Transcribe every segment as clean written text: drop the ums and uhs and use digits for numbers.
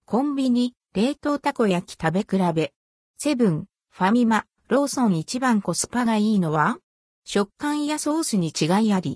コンビニ、冷凍たこ焼き食べ比べ。セブン、ファミマ、ローソン一番コスパがいいのは？食感やソースに違いあり。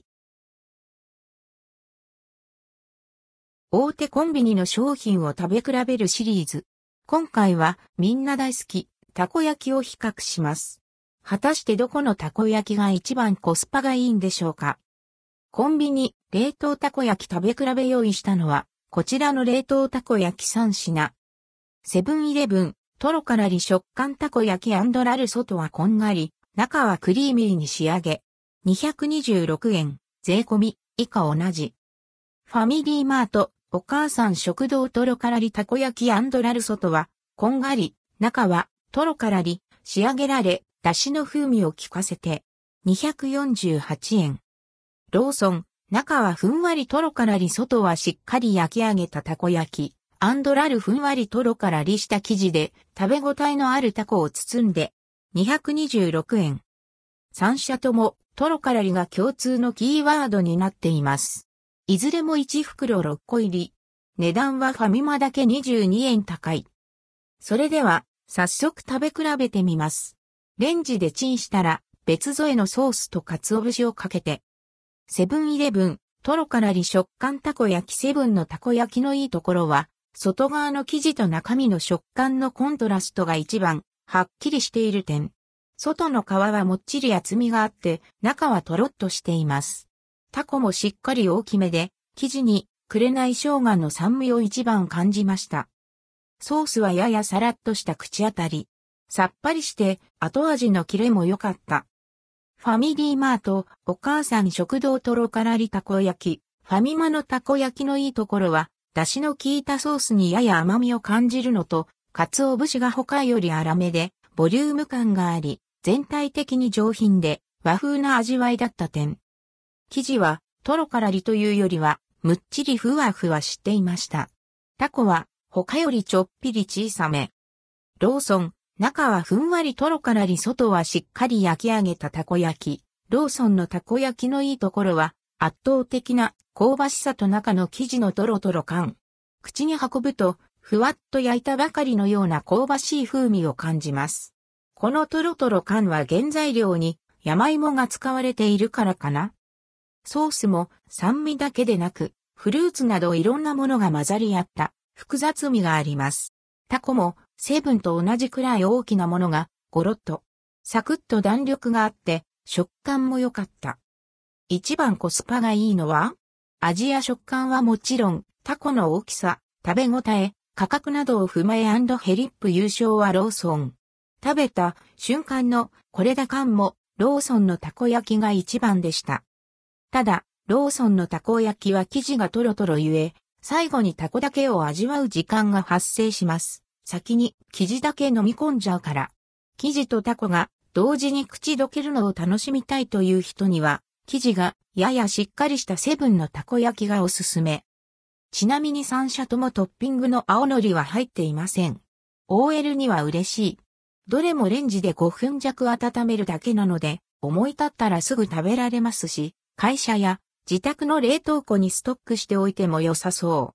大手コンビニの商品を食べ比べるシリーズ。今回はみんな大好き、たこ焼きを比較します。果たしてどこのたこ焼きが一番コスパがいいんでしょうか？コンビニ、冷凍たこ焼き食べ比べ用意したのは、こちらの冷凍たこ焼き3品。セブンイレブン、トロカラリ食感たこ焼き&ラル外はこんがり、中はクリーミーに仕上げ。226円、税込み、以下同じ。ファミリーマート、お母さん食堂トロカラリたこ焼き&ラル外は、こんがり、中はトロカラリ、仕上げられ、出汁の風味を効かせて。248円。ローソン、中はふんわりトロカラリ外はしっかり焼き上げたたこ焼き、ラルふんわりトロカラリした生地で食べ応えのあるたこを包んで、226円。3社ともトロカラリが共通のキーワードになっています。いずれも1袋6個入り。値段はファミマだけ22円高い。それでは、早速食べ比べてみます。レンジでチンしたら、別添えのソースと鰹節をかけて。セブンイレブン、トロカラリ食感たこ焼きセブンのたこ焼きのいいところは、外側の生地と中身の食感のコントラストが一番、はっきりしている点。外の皮はもっちり厚みがあって、中はとろっとしています。たこもしっかり大きめで、生地に、紅生姜の酸味を一番感じました。ソースはややさらっとした口当たり。さっぱりして後味のキレも良かった。ファミリーマート、お母さん食堂トロカラリたこ焼き。ファミマのたこ焼きのいいところは、出汁の効いたソースにやや甘みを感じるのと、鰹節が他より粗めで、ボリューム感があり、全体的に上品で和風な味わいだった点。生地はトロカラリというよりは、むっちりふわふわしていました。タコは他よりちょっぴり小さめ。ローソン、中はふんわりトロカラリ外はしっかり焼き上げたたこ焼き。ローソンのたこ焼きのいいところは圧倒的な香ばしさと中の生地のトロトロ感。口に運ぶとふわっと焼いたばかりのような香ばしい風味を感じます。このトロトロ感は原材料に山芋が使われているからかな。ソースも酸味だけでなくフルーツなどいろんなものが混ざり合った複雑味があります。タコもセブンと同じくらい大きなものがゴロッとサクッと弾力があって食感も良かった。一番コスパがいいのは？味や食感はもちろんタコの大きさ、食べ応え、価格などを踏まえ&ヘリップ優勝はローソン。食べた瞬間のこれだ感もローソンのたこ焼きが一番でした。ただ、ローソンのたこ焼きは生地がトロトロゆえ、最後にタコだけを味わう時間が発生します。先に生地だけ飲み込んじゃうから。生地とタコが同時に口どけるのを楽しみたいという人には、生地がややしっかりしたセブンのたこ焼きがおすすめ。ちなみに3社ともトッピングの青のりは入っていません。OL には嬉しい。どれもレンジで5分弱温めるだけなので、思い立ったらすぐ食べられますし、会社や自宅の冷凍庫にストックしておいても良さそう。